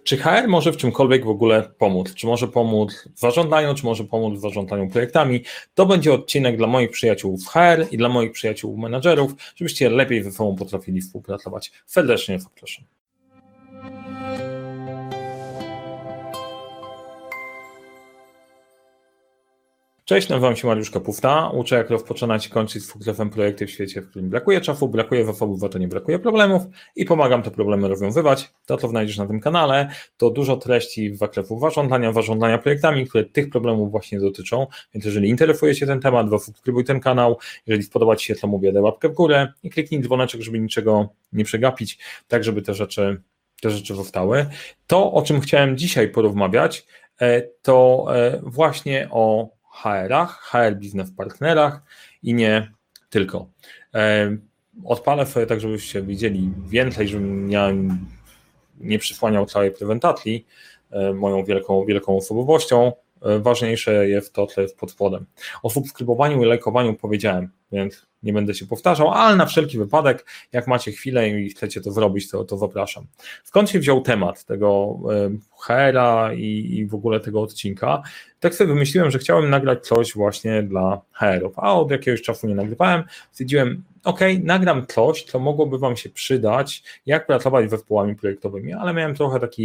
Czy HR może w czymkolwiek w ogóle pomóc? Czy może pomóc w zarządzaniu, czy może pomóc w zarządzaniu projektami? To będzie odcinek dla moich przyjaciół w HR i dla moich przyjaciół menadżerów, żebyście lepiej ze sobą potrafili współpracować. Serdecznie zapraszam. Cześć, nazywam się Mariusz Kapufta, uczę jak rozpoczynać i kończyć z sukcesem projekty w świecie, w którym brakuje czasu, brakuje zasobów, a to nie brakuje problemów i pomagam te problemy rozwiązywać. To, co znajdziesz na tym kanale, to dużo treści w zakresu zarządzania projektami, które tych problemów właśnie dotyczą, więc jeżeli interesuje Cię ten temat, zasubskrybuj ten kanał, jeżeli spodoba Ci się, co mówię, daj łapkę w górę i kliknij dzwoneczek, żeby niczego nie przegapić, tak żeby te rzeczy zostały. To, o czym chciałem dzisiaj porozmawiać, to właśnie o HR-ach, HR Business Partnerach i nie tylko. Odpalę sobie tak, żebyście widzieli więcej, żebym ja nie przysłaniał całej prezentacji moją wielką osobowością. Ważniejsze jest to, co jest pod spodem. O subskrybowaniu i lajkowaniu powiedziałem, więc nie będę się powtarzał, ale na wszelki wypadek, jak macie chwilę i chcecie to zrobić, to zapraszam. Skąd się wziął temat tego HR-a i w ogóle tego odcinka? Tak sobie wymyśliłem, że chciałem nagrać coś właśnie dla HR-ów, a od jakiegoś czasu nie nagrywałem. Stwierdziłem, nagram coś, co mogłoby Wam się przydać, jak pracować z zespołami projektowymi, ale miałem trochę taki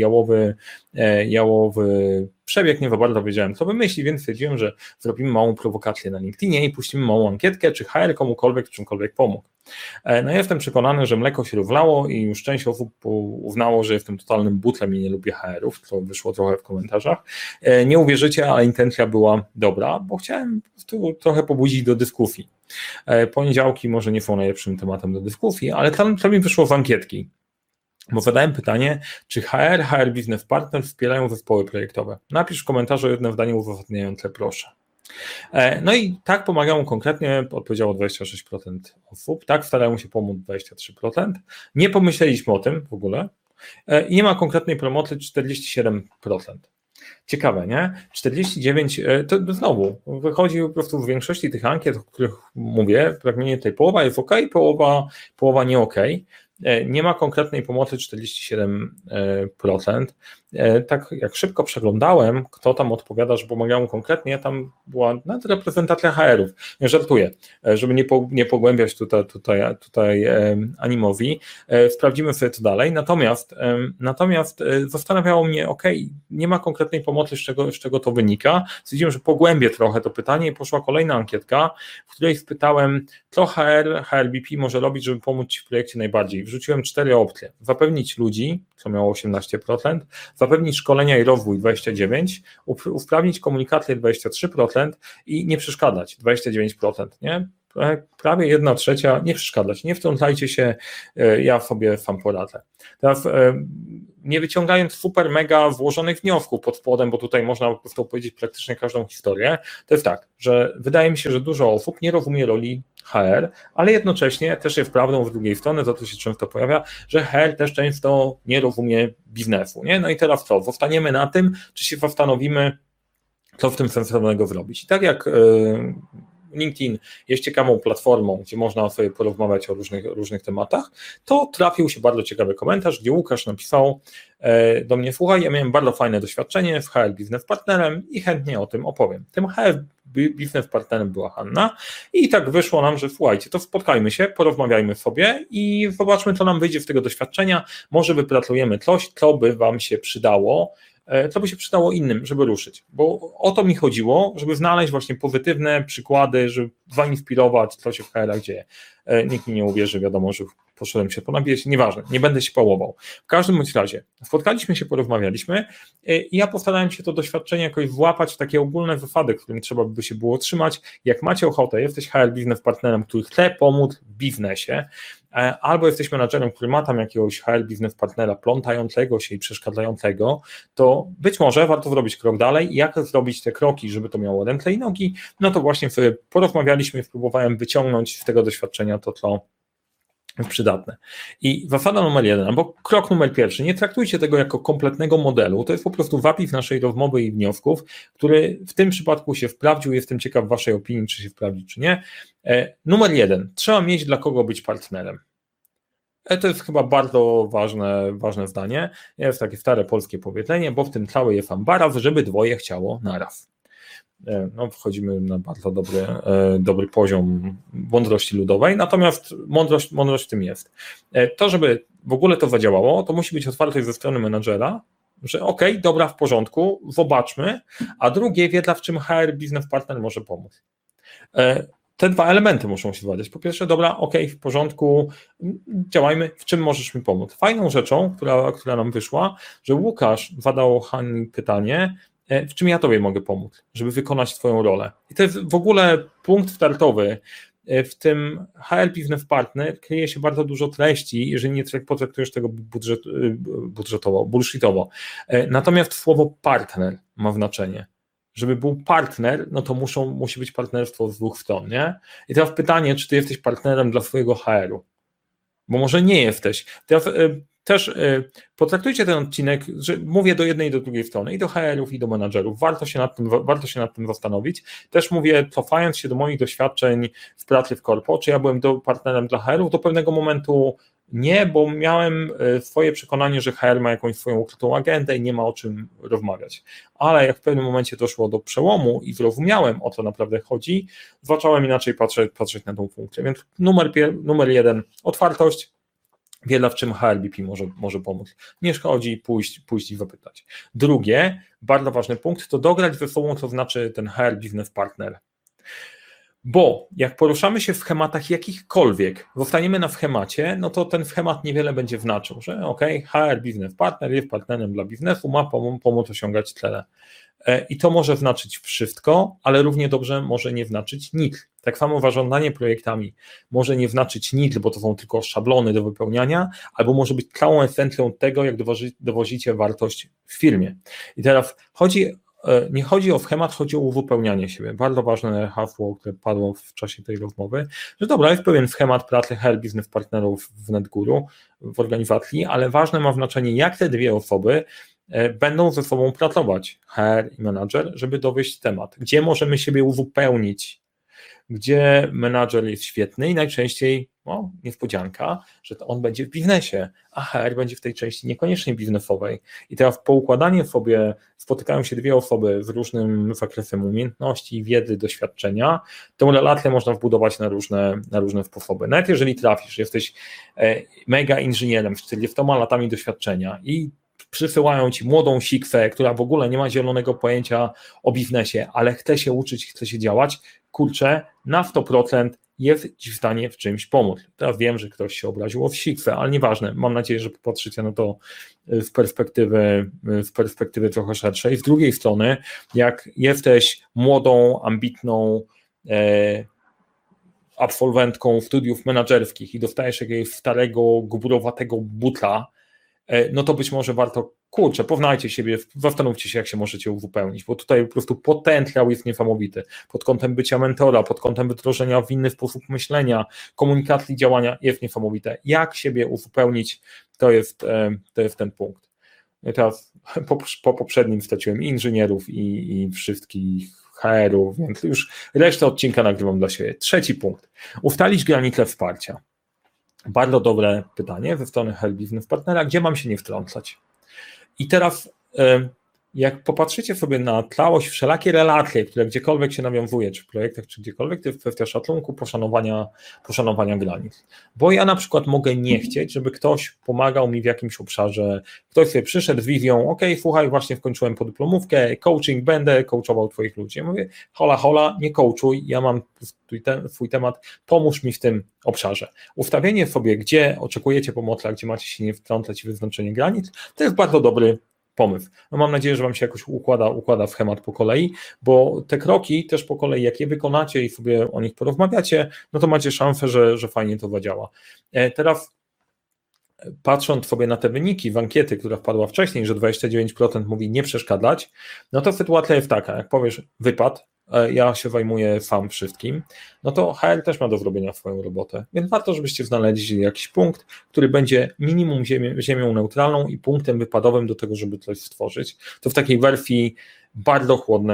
jałowy przebieg, nie za bardzo wiedziałem, co wymyślić, więc stwierdziłem, że zrobimy małą prowokację na LinkedInie i puścimy małą ankietkę, czy HR komukolwiek w czymkolwiek pomógł. No ja jestem przekonany, że mleko się rozlało i już część osób uznało, że jestem totalnym butlem i nie lubię HR-ów, co wyszło trochę w komentarzach. Nie uwierzycie, ale intencja była dobra, bo chciałem tu trochę pobudzić do dyskusji. Poniedziałki może nie są najlepszym tematem do dyskusji, ale to mi wyszło z ankietki. Bo zadałem pytanie, czy HR Business Partner wspierają zespoły projektowe? Napisz w komentarzu jedno zdanie uzasadniające, proszę. No i tak pomagają konkretnie, odpowiedziało 26% osób, tak starają się pomóc 23%. Nie pomyśleliśmy o tym w ogóle i nie ma konkretnej promocji 47%. Ciekawe, nie? 49, to znowu wychodzi po prostu w większości tych ankiet, o których mówię, pragnienie tej połowa jest ok, połowa nie ok. Nie ma konkretnej pomocy 47%. Tak jak szybko przeglądałem, kto tam odpowiada, że pomagają konkretnie, tam była reprezentacja HR-ów. Nie żartuję, żeby nie pogłębiać tutaj animowi. Sprawdzimy sobie to dalej. Natomiast zastanawiało mnie, nie ma konkretnej pomocy, z czego to wynika. Stwierdziłem, że pogłębię trochę to pytanie i poszła kolejna ankietka, w której spytałem, co HRBP może robić, żeby pomóc Ci w projekcie najbardziej. Wrzuciłem 4 opcje. Zapewnić ludzi, co miało 18%, zapewnić szkolenia i rozwój 29%, usprawnić komunikację 23% i nie przeszkadzać 29%, nie? Prawie 1/3 nie przeszkadzać, nie wtrącajcie się, ja sobie sam poradzę. Teraz nie wyciągając super mega włożonych wniosków pod spodem, bo tutaj można po prostu opowiedzieć praktycznie każdą historię, to jest tak, że wydaje mi się, że dużo osób nie rozumie roli HR, ale jednocześnie też jest prawdą z drugiej strony, to się często pojawia, że HR też często nie rozumie biznesu, nie? No i teraz co, zostaniemy na tym, czy się zastanowimy, co w tym sensownego zrobić. I tak jak LinkedIn jest ciekawą platformą, gdzie można sobie porozmawiać o różnych tematach, to trafił się bardzo ciekawy komentarz, gdzie Łukasz napisał do mnie, słuchaj, ja miałem bardzo fajne doświadczenie z HR Business Partnerem i chętnie o tym opowiem. Tym HR Business Partnerem była Hanna i tak wyszło nam, że słuchajcie, to spotkajmy się, porozmawiajmy sobie i zobaczmy, co nam wyjdzie z tego doświadczenia, może wypracujemy coś, co by Wam się przydało, co by się przydało innym, żeby ruszyć, bo o to mi chodziło, żeby znaleźć właśnie pozytywne przykłady, żeby zainspirować, co się w HR-ach dzieje. Nikt mi nie uwierzy, wiadomo, że poszedłem się ponabijać, nieważne, nie będę się pałował. W każdym bądź razie, spotkaliśmy się, porozmawialiśmy i ja postarałem się to doświadczenie jakoś włapać w takie ogólne zasady, którym trzeba by się było trzymać. Jak macie ochotę, jesteś HR Business Partnerem, który chce pomóc w biznesie, albo jesteś menadżerem, który ma tam jakiegoś HR Business Partnera plątającego się i przeszkadzającego, to być może warto zrobić krok dalej i jak zrobić te kroki, żeby to miało ręce i nogi, no to właśnie sobie porozmawialiśmy, spróbowałem wyciągnąć z tego doświadczenia to, co przydatne. I zasada numer 1, albo krok numer 1, nie traktujcie tego jako kompletnego modelu, to jest po prostu zapis naszej rozmowy i wniosków, który w tym przypadku się sprawdził, jestem ciekaw waszej opinii, czy się sprawdzi, czy nie. Numer 1, trzeba mieć dla kogo być partnerem. To jest chyba bardzo ważne zdanie. Jest takie stare polskie powiedzenie, bo w tym cały jest ambaraz, żeby dwoje chciało naraz. No, wchodzimy na bardzo dobry poziom mądrości ludowej, natomiast mądrość w tym jest. To, żeby w ogóle to zadziałało, to musi być otwartość ze strony menadżera, że okej, dobra, w porządku, zobaczmy, a drugie wiedza, w czym HR Business Partner może pomóc. Te dwa elementy muszą się zgadzać. Po pierwsze, dobra, okej, w porządku, działajmy, w czym możesz mi pomóc. Fajną rzeczą, która nam wyszła, że Łukasz zadał Hani pytanie, w czym ja tobie mogę pomóc, żeby wykonać twoją rolę. I to jest w ogóle punkt startowy. W tym HR Business Partner kryje się bardzo dużo treści, jeżeli nie potraktujesz tego budżetowo, bullshitowo. Natomiast słowo partner ma znaczenie. Żeby był partner, no to musi być partnerstwo z dwóch stron, nie? I teraz pytanie, czy ty jesteś partnerem dla swojego HR-u? Bo może nie jesteś. Teraz też potraktujcie ten odcinek, że mówię do jednej i do drugiej strony, i do HR-ów, i do menadżerów. Warto się nad tym zastanowić. Też mówię, cofając się do moich doświadczeń w pracy w korpo, czy ja byłem partnerem dla HR-ów, do pewnego momentu nie, bo miałem swoje przekonanie, że HR ma jakąś swoją ukrytą agendę i nie ma o czym rozmawiać. Ale jak w pewnym momencie doszło do przełomu i zrozumiałem, o co naprawdę chodzi, zacząłem inaczej patrzeć na tą funkcję. Więc numer jeden, otwartość, wiedza, w czym HRBP może pomóc. Nie szkodzi pójść i zapytać. Drugie, bardzo ważny punkt, to dograć ze sobą, co znaczy ten HR Business Partner. Bo jak poruszamy się w schematach jakichkolwiek, zostaniemy na schemacie, no to ten schemat niewiele będzie znaczył, że HR Business Partner jest partnerem dla biznesu, ma pomóc osiągać cele. I to może znaczyć wszystko, ale równie dobrze może nie znaczyć nic. Tak samo zarządzanie projektami może nie znaczyć nic, bo to są tylko szablony do wypełniania, albo może być całą esencją tego, jak dowozicie wartość w firmie. I teraz nie chodzi o schemat, chodzi o uzupełnianie siebie. Bardzo ważne hasło, które padło w czasie tej rozmowy, że dobra, jest pewien schemat pracy HR Business Partnerów w NetGuru, w organizacji, ale ważne ma znaczenie, jak te dwie osoby będą ze sobą pracować, HR i menadżer, żeby dowieść temat. Gdzie możemy siebie uzupełnić, gdzie menadżer jest świetny i najczęściej, niespodzianka, że to on będzie w biznesie, a HR będzie w tej części niekoniecznie biznesowej. I teraz po układaniu sobie spotykają się dwie osoby z różnym zakresem umiejętności, wiedzy, doświadczenia, tę relację można wbudować na różne sposoby. Nawet jeżeli trafisz, jesteś mega inżynierem z 40 latami doświadczenia i przysyłają ci młodą sikwę, która w ogóle nie ma zielonego pojęcia o biznesie, ale chce się uczyć, chce się działać, kurczę, na 100% jest ci w stanie w czymś pomóc. Teraz wiem, że ktoś się obraził o sikwę, ale nieważne, mam nadzieję, że popatrzycie na to z perspektywy trochę szerszej. Z drugiej strony, jak jesteś młodą, ambitną absolwentką studiów menadżerskich i dostajesz jakiegoś starego, gubrowatego butla, no to być może warto, poznajcie siebie, zastanówcie się, jak się możecie uzupełnić, bo tutaj po prostu potencjał jest niesamowity, pod kątem bycia mentora, pod kątem wdrożenia w inny sposób myślenia, komunikacji, działania jest niesamowite. Jak siebie uzupełnić, to jest ten punkt. I teraz po poprzednim straciłem inżynierów i wszystkich HR-ów, więc już resztę odcinka nagrywam dla siebie. Trzeci punkt. Ustalić granice wsparcia. Bardzo dobre pytanie ze strony HR Business Partnera, gdzie mam się nie wtrącać. I teraz jak popatrzycie sobie na całość, wszelakie relacje, które gdziekolwiek się nawiązuje, czy w projektach, czy gdziekolwiek, to jest kwestia szacunku, poszanowania granic. Bo ja na przykład mogę nie chcieć, żeby ktoś pomagał mi w jakimś obszarze, ktoś sobie przyszedł z wizją, słuchaj, właśnie skończyłem podyplomówkę, coaching, będę coachował twoich ludzi. Ja mówię, hola, nie coachuj, ja mam swój temat, pomóż mi w tym obszarze. Ustawienie sobie, gdzie oczekujecie pomocy, a gdzie macie się nie wtrącać i wyznaczenie granic, to jest bardzo dobry pomysł. No mam nadzieję, że wam się jakoś układa schemat po kolei, bo te kroki też po kolei, jak je wykonacie i sobie o nich porozmawiacie, no to macie szansę, że fajnie to zadziała. Teraz patrząc sobie na te wyniki w ankiety, która wpadła wcześniej, że 29% mówi nie przeszkadzać, no to sytuacja jest taka, jak powiesz wypad, ja się zajmuję sam wszystkim, no to HR też ma do zrobienia swoją robotę, więc warto, żebyście znaleźli jakiś punkt, który będzie minimum ziemią neutralną i punktem wypadowym do tego, żeby coś stworzyć. To w takiej wersji bardzo chłodnej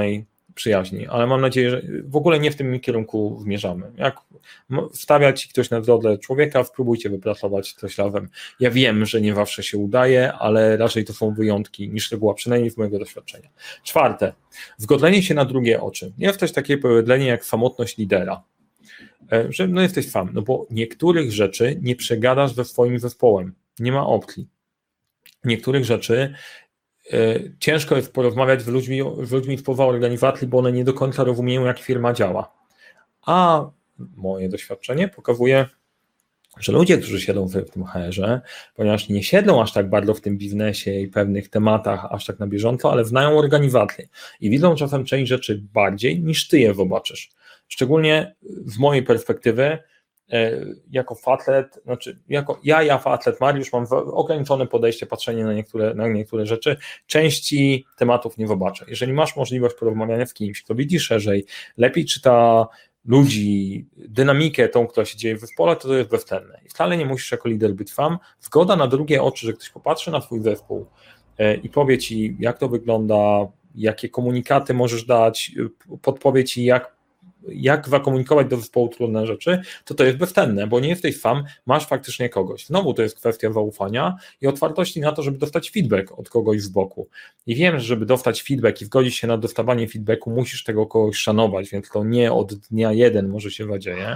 przyjaźni, ale mam nadzieję, że w ogóle nie w tym kierunku zmierzamy. Jak stawia ci ktoś na drodze człowieka, spróbujcie wypracować coś razem. Ja wiem, że nie zawsze się udaje, ale raczej to są wyjątki niż reguła, przynajmniej z mojego doświadczenia. 4. Zgodzenie się na drugie oczy. Jest też takie powiedzenie jak samotność lidera. Że no jesteś sam, no bo niektórych rzeczy nie przegadasz ze swoim zespołem. Nie ma opcji. Niektórych rzeczy ciężko jest porozmawiać z ludźmi spoza organizacji, bo one nie do końca rozumieją, jak firma działa. A moje doświadczenie pokazuje, że ludzie, którzy siedzą w tym HR-ze, ponieważ nie siedzą aż tak bardzo w tym biznesie i pewnych tematach aż tak na bieżąco, ale znają organizację i widzą czasem część rzeczy bardziej niż ty je zobaczysz. Szczególnie z mojej perspektywy, jako facet, znaczy ja facet Mariusz mam ograniczone podejście, patrzenie na niektóre rzeczy, części tematów nie zobaczę. Jeżeli masz możliwość porozmawiania z kimś, kto widzi szerzej, lepiej czyta ludzi, dynamikę tą, która się dzieje w zespole, to jest bezcenne. I wcale nie musisz jako lider być sam. Zgoda na drugie oczy, że ktoś popatrzy na twój zespół i powie ci, jak to wygląda, jakie komunikaty możesz dać, podpowie ci, jak zakomunikować do zespołu trudne rzeczy, to jest bezcenne, bo nie jesteś sam, masz faktycznie kogoś. Znowu to jest kwestia zaufania i otwartości na to, żeby dostać feedback od kogoś z boku. I wiem, że żeby dostać feedback i zgodzić się na dostawanie feedbacku, musisz tego kogoś szanować, więc to nie od dnia 1 może się zadzieje,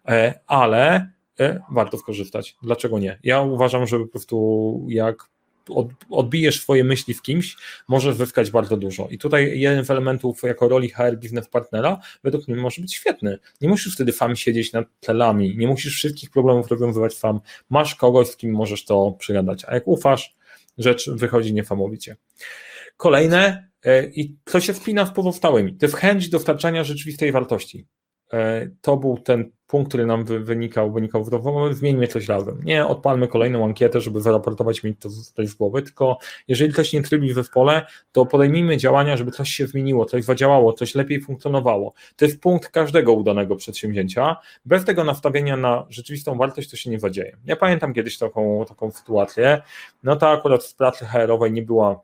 ale warto skorzystać. Dlaczego nie? Ja uważam, że po prostu jak odbijesz swoje myśli w kimś, możesz zyskać bardzo dużo. I tutaj jeden z elementów jako roli HR Business Partnera według mnie może być świetny. Nie musisz wtedy sam siedzieć nad celami, nie musisz wszystkich problemów rozwiązywać sam, masz kogoś, z kim możesz to przygadać, a jak ufasz, rzecz wychodzi niesamowicie. Kolejne, i to się spina z pozostałymi, to jest chęć dostarczania rzeczywistej wartości. To był ten punkt, który nam wynikał w rozmowie, zmieńmy coś razem. Nie odpalmy kolejną ankietę, żeby zaraportować, mieć to z głowy, tylko jeżeli coś nie trybi w zespole, to podejmijmy działania, żeby coś się zmieniło, coś zadziałało, coś lepiej funkcjonowało. To jest punkt każdego udanego przedsięwzięcia. Bez tego nastawienia na rzeczywistą wartość to się nie zadzieje. Ja pamiętam kiedyś taką sytuację, no to akurat w pracy HR-owej nie była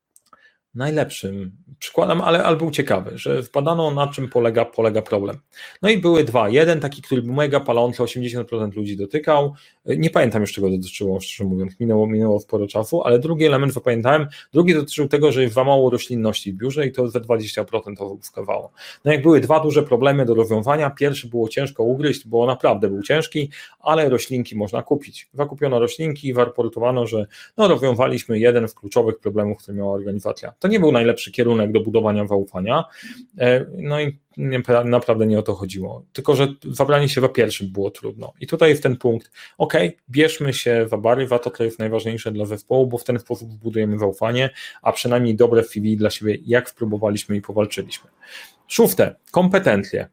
najlepszym przykładem, ale był ciekawy, że wpadano na czym polega problem. No i były dwa. Jeden taki, który był mega palący, 80% ludzi dotykał. Nie pamiętam już czego dotyczyło, szczerze mówiąc, minęło sporo czasu, ale drugi element zapamiętałem. Drugi dotyczył tego, że jest za mało roślinności w biurze i to ze 20% osób wskazało. No jak były dwa duże problemy do rozwiązania, pierwszy było ciężko ugryźć, bo naprawdę był ciężki, ale roślinki można kupić. Zakupiono roślinki i zaraportowano, że rozwiązaliśmy jeden z kluczowych problemów, który miała organizacja. To nie był najlepszy kierunek do budowania zaufania, no i naprawdę nie o to chodziło, tylko że zabranie się za pierwszym było trudno. I tutaj jest ten punkt, bierzmy się za bary, za to jest najważniejsze dla zespołu, bo w ten sposób budujemy zaufanie, a przynajmniej dobre CV dla siebie, jak spróbowaliśmy i powalczyliśmy. 6. Kompetencje.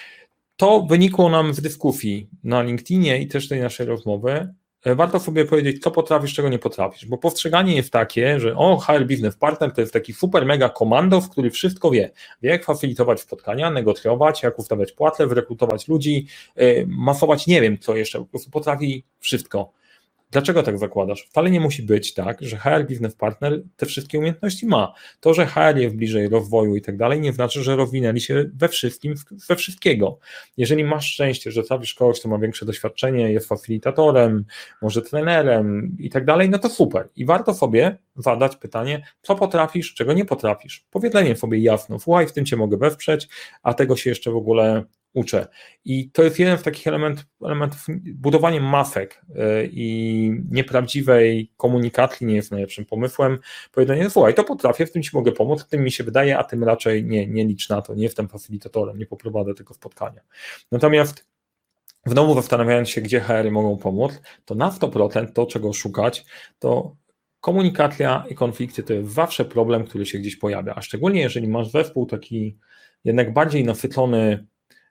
To wynikło nam z dyskusji na LinkedInie i też tej naszej rozmowy. Warto sobie powiedzieć, co potrafisz, czego nie potrafisz, bo postrzeganie jest takie, że HR Business Partner to jest taki super mega komandos, który wszystko wie jak facilitować spotkania, negocjować, jak ustawiać płace, rekrutować ludzi, masować, nie wiem co jeszcze, po prostu potrafi wszystko. Dlaczego tak zakładasz? Wcale nie musi być tak, że HR Business Partner te wszystkie umiejętności ma. To, że HR jest bliżej rozwoju i tak dalej, nie znaczy, że rozwinęli się we wszystkiego. Jeżeli masz szczęście, że trafisz kogoś, kto ma większe doświadczenie, jest facilitatorem, może trenerem i tak dalej, no to super. I warto sobie zadać pytanie, co potrafisz, czego nie potrafisz. Powiedzenie sobie jasno, słuchaj, w tym cię mogę wesprzeć, a tego się jeszcze w ogóle uczę. I to jest jeden z takich elementów budowanie masek i nieprawdziwej komunikacji nie jest najlepszym pomysłem. Powiedzenie, słuchaj, to potrafię, w tym ci mogę pomóc, w tym mi się wydaje, a tym raczej nie licz na to, nie jestem facilitatorem, nie poprowadzę tego spotkania. Natomiast znowu zastanawiając się, gdzie HR mogą pomóc, to na 100% to, czego szukać, to komunikacja i konflikty to jest zawsze problem, który się gdzieś pojawia, a szczególnie jeżeli masz zespół taki jednak bardziej nasycony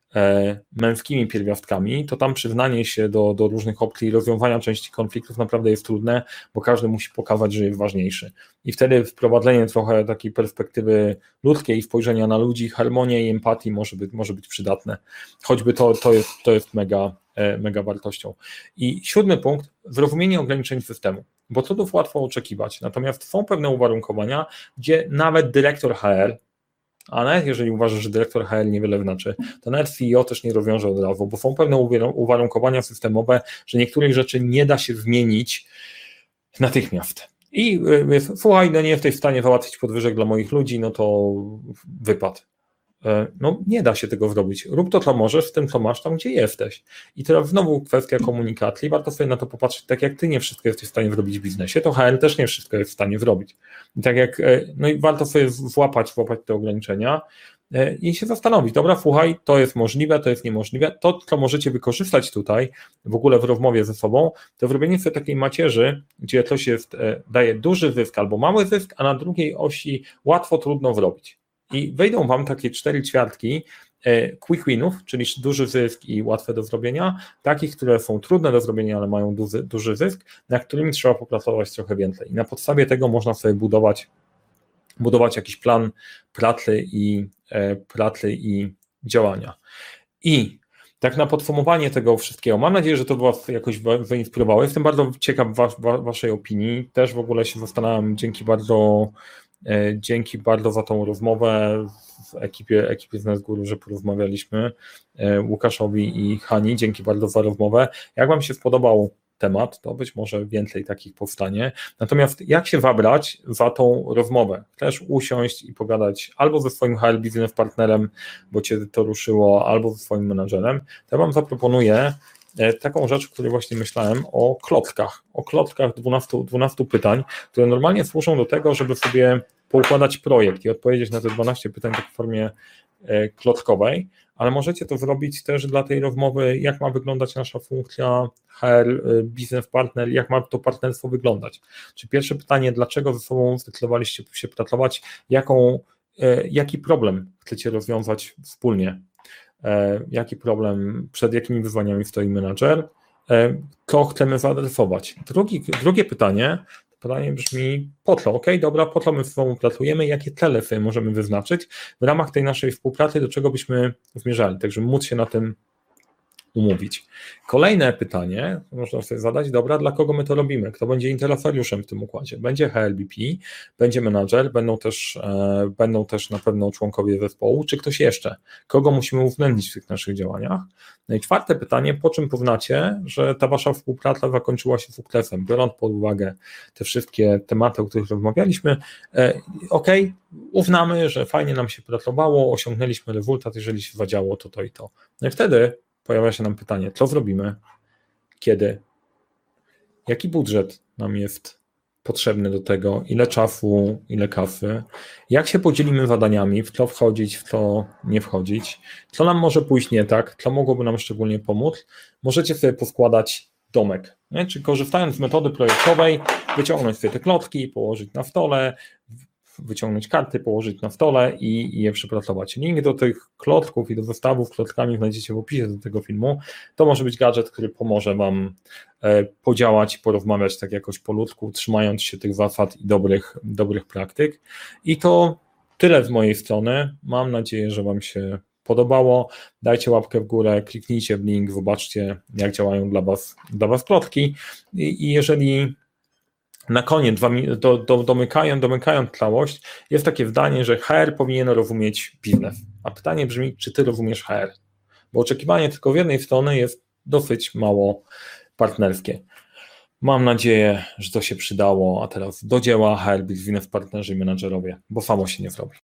męskimi pierwiastkami, to tam przyznanie się do różnych opcji i rozwiązywania części konfliktów naprawdę jest trudne, bo każdy musi pokazać, że jest ważniejszy. I wtedy wprowadzenie trochę takiej perspektywy ludzkiej, spojrzenia na ludzi, harmonii i empatii może być przydatne. Choćby to jest mega wartością. I 7. punkt, zrozumienie ograniczeń systemu, bo cudów łatwo oczekiwać, natomiast są pewne uwarunkowania, gdzie nawet dyrektor HR A nawet jeżeli uważasz, że dyrektor HR niewiele znaczy, to nawet CEO też nie rozwiąże od razu, bo są pewne uwarunkowania systemowe, że niektórych rzeczy nie da się zmienić natychmiast. I słuchaj, no nie jesteś w stanie załatwić podwyżek dla moich ludzi, no to wypad. No nie da się tego zrobić. Rób to, co możesz, z tym, co masz tam, gdzie jesteś. I teraz znowu kwestia komunikacji. Warto sobie na to popatrzeć, tak jak ty nie wszystko jesteś w stanie zrobić w biznesie, to HR też nie wszystko jest w stanie zrobić. I tak jak, no i warto sobie złapać te ograniczenia i się zastanowić, dobra, słuchaj, to jest możliwe, to jest niemożliwe. To, co możecie wykorzystać tutaj, w ogóle w rozmowie ze sobą, to zrobienie sobie takiej macierzy, gdzie coś jest, daje duży zysk albo mały zysk, a na drugiej osi łatwo, trudno zrobić. I wejdą wam takie 4 ćwiartki quick winów, czyli duży zysk i łatwe do zrobienia, takich, które są trudne do zrobienia, ale mają duży zysk, nad którymi trzeba popracować trochę więcej. I na podstawie tego można sobie budować jakiś plan pracy i działania. I tak na podsumowanie tego wszystkiego, mam nadzieję, że to was jakoś zainspirowało. Jestem bardzo ciekaw waszej opinii. Też w ogóle się zastanawiam, dzięki bardzo za tą rozmowę w ekipie z NetGuru, że porozmawialiśmy, Łukaszowi i Hani, dzięki bardzo za rozmowę. Jak wam się spodobał temat, to być może więcej takich powstanie. Natomiast jak się wabrać za tą rozmowę? Chcesz usiąść i pogadać albo ze swoim HR business partnerem, bo cię to ruszyło, albo ze swoim menadżerem, to ja wam zaproponuję taką rzecz, o której właśnie myślałem, o klockach 12 pytań, które normalnie służą do tego, żeby sobie poukładać projekt i odpowiedzieć na te 12 pytań tak w formie klockowej, ale możecie to zrobić też dla tej rozmowy, jak ma wyglądać nasza funkcja HR, business partner, jak ma to partnerstwo wyglądać. Czyli pierwsze pytanie, dlaczego ze sobą zdecydowaliście się pracować, jaki problem chcecie rozwiązać wspólnie, jaki problem, przed jakimi wyzwaniami stoi menadżer, co chcemy zaadresować. Drugie pytanie brzmi, po co, dobra, po co my z sobą pracujemy, jakie cele sobie możemy wyznaczyć w ramach tej naszej współpracy, do czego byśmy zmierzali, tak żeby móc się na tym umówić. Kolejne pytanie można sobie zadać, dobra, dla kogo my to robimy, kto będzie interesariuszem w tym układzie, będzie HRBP, będzie menadżer, będą też na pewno członkowie zespołu, czy ktoś jeszcze, kogo musimy uwzględnić w tych naszych działaniach. No i czwarte pytanie, po czym poznacie, że ta wasza współpraca zakończyła się sukcesem, biorąc pod uwagę te wszystkie tematy, o których rozmawialiśmy, uznamy, że fajnie nam się pracowało, osiągnęliśmy rezultat, jeżeli się zadziało to i to. No i wtedy pojawia się nam pytanie, co zrobimy, kiedy, jaki budżet nam jest potrzebny do tego, ile czasu, ile kasy, jak się podzielimy zadaniami, w co wchodzić, w co nie wchodzić, co nam może pójść nie tak, co mogłoby nam szczególnie pomóc. Możecie sobie poskładać domek, nie? Czyli korzystając z metody projektowej, wyciągnąć sobie te klocki, położyć na stole, wyciągnąć karty, położyć na stole i je przepracować. Link do tych klocków i do zestawów z klockami znajdziecie w opisie do tego filmu. To może być gadżet, który pomoże wam podziałać, porozmawiać tak jakoś po ludzku, trzymając się tych zasad i dobrych praktyk. I to tyle z mojej strony. Mam nadzieję, że wam się podobało. Dajcie łapkę w górę, kliknijcie w link, zobaczcie, jak działają dla was klocki. I jeżeli na koniec, domykając całość, jest takie zdanie, że HR powinien rozumieć biznes. A pytanie brzmi, czy ty rozumiesz HR? Bo oczekiwanie tylko w jednej strony jest dosyć mało partnerskie. Mam nadzieję, że to się przydało, a teraz do dzieła HR, business partnerzy i menadżerowie, bo samo się nie zrobi.